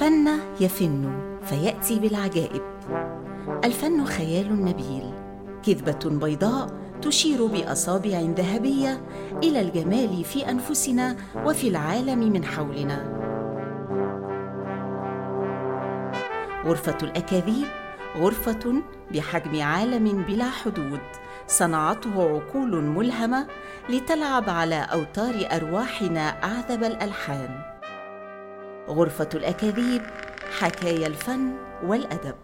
الفن يفن فيأتي بالعجائب. الفن خيال نبيل، كذبة بيضاء تشير بأصابع ذهبية إلى الجمال في أنفسنا وفي العالم من حولنا. غرفة الأكاذيب، غرفة بحجم عالم بلا حدود صنعته عقول ملهمة لتلعب على أوتار أرواحنا أعذب الألحان. غرفة الأكاذيب، حكايا الفن والأدب.